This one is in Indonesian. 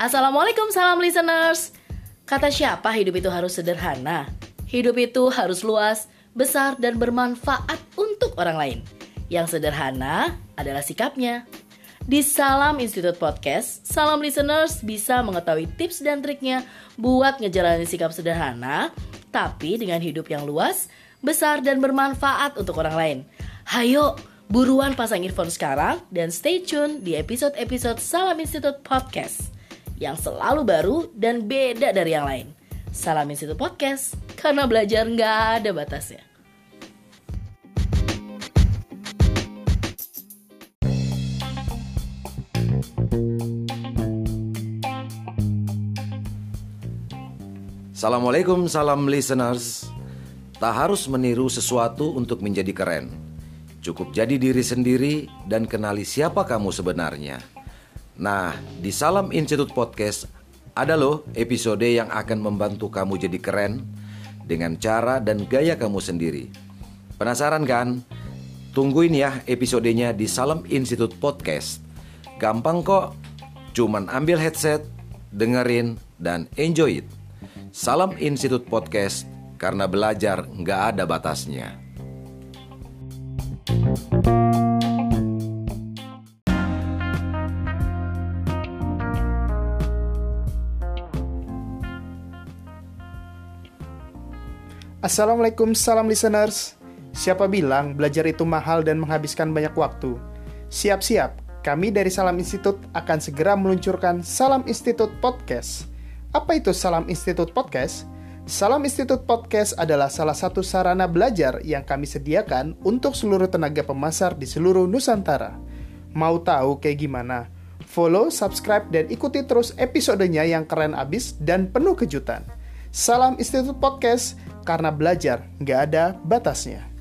Assalamualaikum, salam listeners. Kata siapa hidup itu harus sederhana? Hidup itu harus luas, besar, dan bermanfaat untuk orang lain. Yang sederhana adalah sikapnya. Di Salam Institute Podcast, Salam listeners bisa mengetahui tips dan triknya buat ngejalanin sikap sederhana, tapi dengan hidup yang luas, besar, dan bermanfaat untuk orang lain. Hayo, buruan pasang earphone sekarang dan stay tune di episode-episode Salam Institute Podcast yang selalu baru dan beda dari yang lain. Salam Institute Podcast, karena belajar nggak ada batasnya. Assalamualaikum, salam listeners. Tak harus meniru sesuatu untuk menjadi keren. Cukup jadi diri sendiri dan kenali siapa kamu sebenarnya. Nah, di Salam Institute Podcast ada loh episode yang akan membantu kamu jadi keren dengan cara dan gaya kamu sendiri. Penasaran kan? Tungguin ya episodenya di Salam Institute Podcast. Gampang kok, cuman ambil headset, dengerin, dan enjoy it. Salam Institute Podcast, karena belajar nggak ada batasnya. Assalamualaikum, salam listeners. Siapa bilang belajar itu mahal dan menghabiskan banyak waktu? Siap-siap, kami dari Salam Institute akan segera meluncurkan Salam Institute Podcast. Apa itu Salam Institute Podcast? Salam Institute Podcast adalah salah satu sarana belajar yang kami sediakan untuk seluruh tenaga pemasar di seluruh Nusantara. Mau tahu kayak gimana? Follow, subscribe, dan ikuti terus episodenya yang keren abis dan penuh kejutan. Salam Institute Podcast, karena belajar nggak ada batasnya.